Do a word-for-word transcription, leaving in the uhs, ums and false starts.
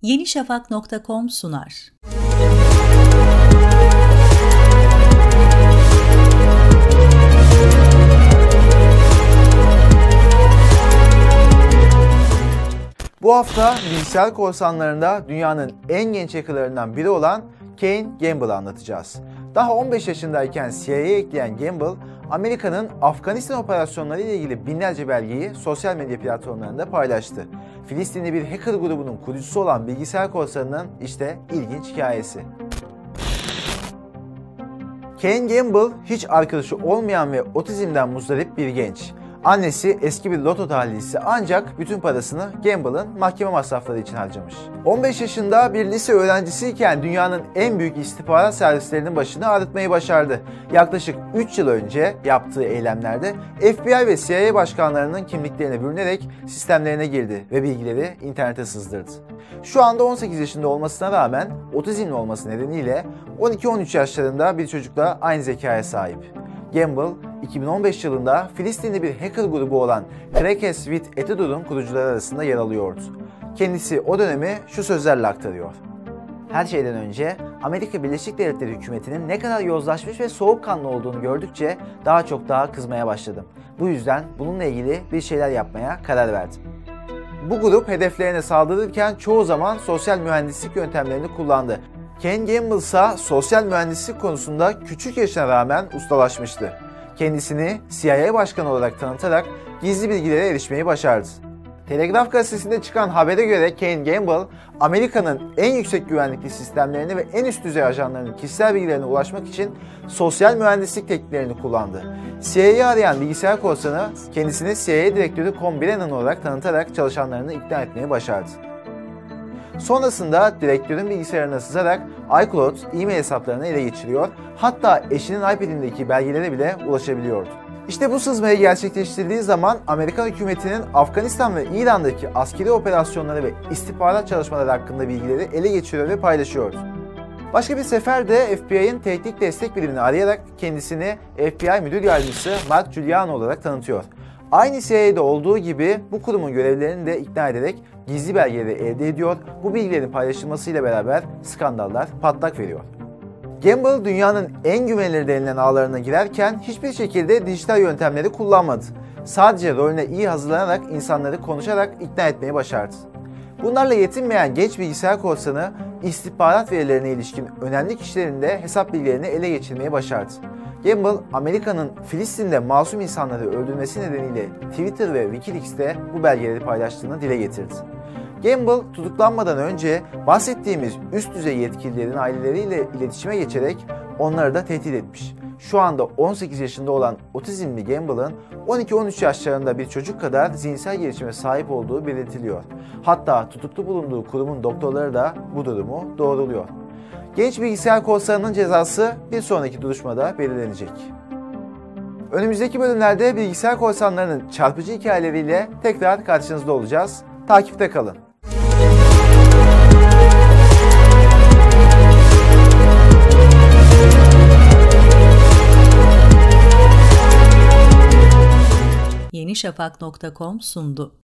Yeni Şafak nokta com sunar. Bu hafta bilgisayar korsanlarında dünyanın en genç hackerlarından biri olan Kane Gamble'ı anlatacağız. Daha on beş yaşındayken C I A'ya ekleyen Gamble, Amerika'nın Afganistan operasyonları ile ilgili binlerce belgeyi sosyal medya platformlarında paylaştı. Filistinli bir hacker grubunun kurucusu olan bilgisayar korsanının işte ilginç hikayesi. Kane Gamble hiç arkadaşı olmayan ve otizmden muzdarip bir genç. Annesi eski bir loto tahlilcisi ancak bütün parasını Gamble'ın mahkeme masrafları için harcamış. on beş yaşında bir lise öğrencisiyken dünyanın en büyük istihbarat servislerinin başını ağrıtmayı başardı. Yaklaşık üç yıl önce yaptığı eylemlerde F B I ve C I A başkanlarının kimliklerine bürünerek sistemlerine girdi ve bilgileri internete sızdırdı. Şu anda on sekiz yaşında olmasına rağmen otizmli olması nedeniyle on iki on üç yaşlarında bir çocukla aynı zekaya sahip. Gamble, iki bin on beş yılında Filistinli bir hacker grubu olan Crackers with Attitude'un kurucuları arasında yer alıyordu. Kendisi o dönemi şu sözlerle aktarıyor. Her şeyden önce Amerika Birleşik Devletleri hükümetinin ne kadar yozlaşmış ve soğukkanlı olduğunu gördükçe daha çok daha kızmaya başladım. Bu yüzden bununla ilgili bir şeyler yapmaya karar verdim. Bu grup hedeflerine saldırırken çoğu zaman sosyal mühendislik yöntemlerini kullandı. Kane Gamble ise sosyal mühendislik konusunda küçük yaşına rağmen ustalaşmıştı. Kendisini C I A başkanı olarak tanıtarak gizli bilgilere erişmeyi başardı. Telegraf gazetesinde çıkan habere göre Kane Gamble, Amerika'nın en yüksek güvenlikli sistemlerini ve en üst düzey ajanlarının kişisel bilgilerine ulaşmak için sosyal mühendislik tekniklerini kullandı. C I A'yı arayan bilgisayar korsanı kendisini C I A direktörü Con Brennan olarak tanıtarak çalışanlarını ikna etmeyi başardı. Sonrasında direktörün bilgisayarına sızarak iCloud, e-mail hesaplarını ele geçiriyor, hatta eşinin iPad'indeki belgelere bile ulaşabiliyordu. İşte bu sızmayı gerçekleştirdiği zaman Amerikan hükümetinin Afganistan ve İran'daki askeri operasyonları ve istihbarat çalışmaları hakkında bilgileri ele geçiriyor ve paylaşıyordu. Başka bir seferde F B I'nin teknik destek birimini arayarak kendisini F B I Müdür Yardımcısı Mark Giuliano olarak tanıtıyor. Aynı C I A'de olduğu gibi bu kurumun görevlilerini de ikna ederek gizli belgeleri elde ediyor, bu bilgilerin paylaşılmasıyla beraber skandallar patlak veriyor. Gamble dünyanın en güvenilir denilen ağlarına girerken hiçbir şekilde dijital yöntemleri kullanmadı. Sadece rolüne iyi hazırlanarak insanları konuşarak ikna etmeyi başardı. Bunlarla yetinmeyen genç bilgisayar korsanı istihbarat verilerine ilişkin önemli kişilerin de hesap bilgilerini ele geçirmeyi başardı. Gamble, Amerika'nın Filistin'de masum insanları öldürmesi nedeniyle Twitter ve Wikileaks'te bu belgeleri paylaştığını dile getirdi. Gamble, tutuklanmadan önce bahsettiğimiz üst düzey yetkililerin aileleriyle iletişime geçerek onları da tehdit etmiş. Şu anda on sekiz yaşında olan otizmli Gamble'ın on iki on üç yaşlarında bir çocuk kadar zihinsel gelişime sahip olduğu belirtiliyor. Hatta tutuklu bulunduğu kurumun doktorları da bu durumu doğruluyor. Genç bilgisayar korsanının cezası bir sonraki duruşmada belirlenecek. Önümüzdeki bölümlerde bilgisayar korsanlarının çarpıcı hikayeleriyle tekrar karşınızda olacağız. Takipte kalın. Yeni Şafak nokta com sundu.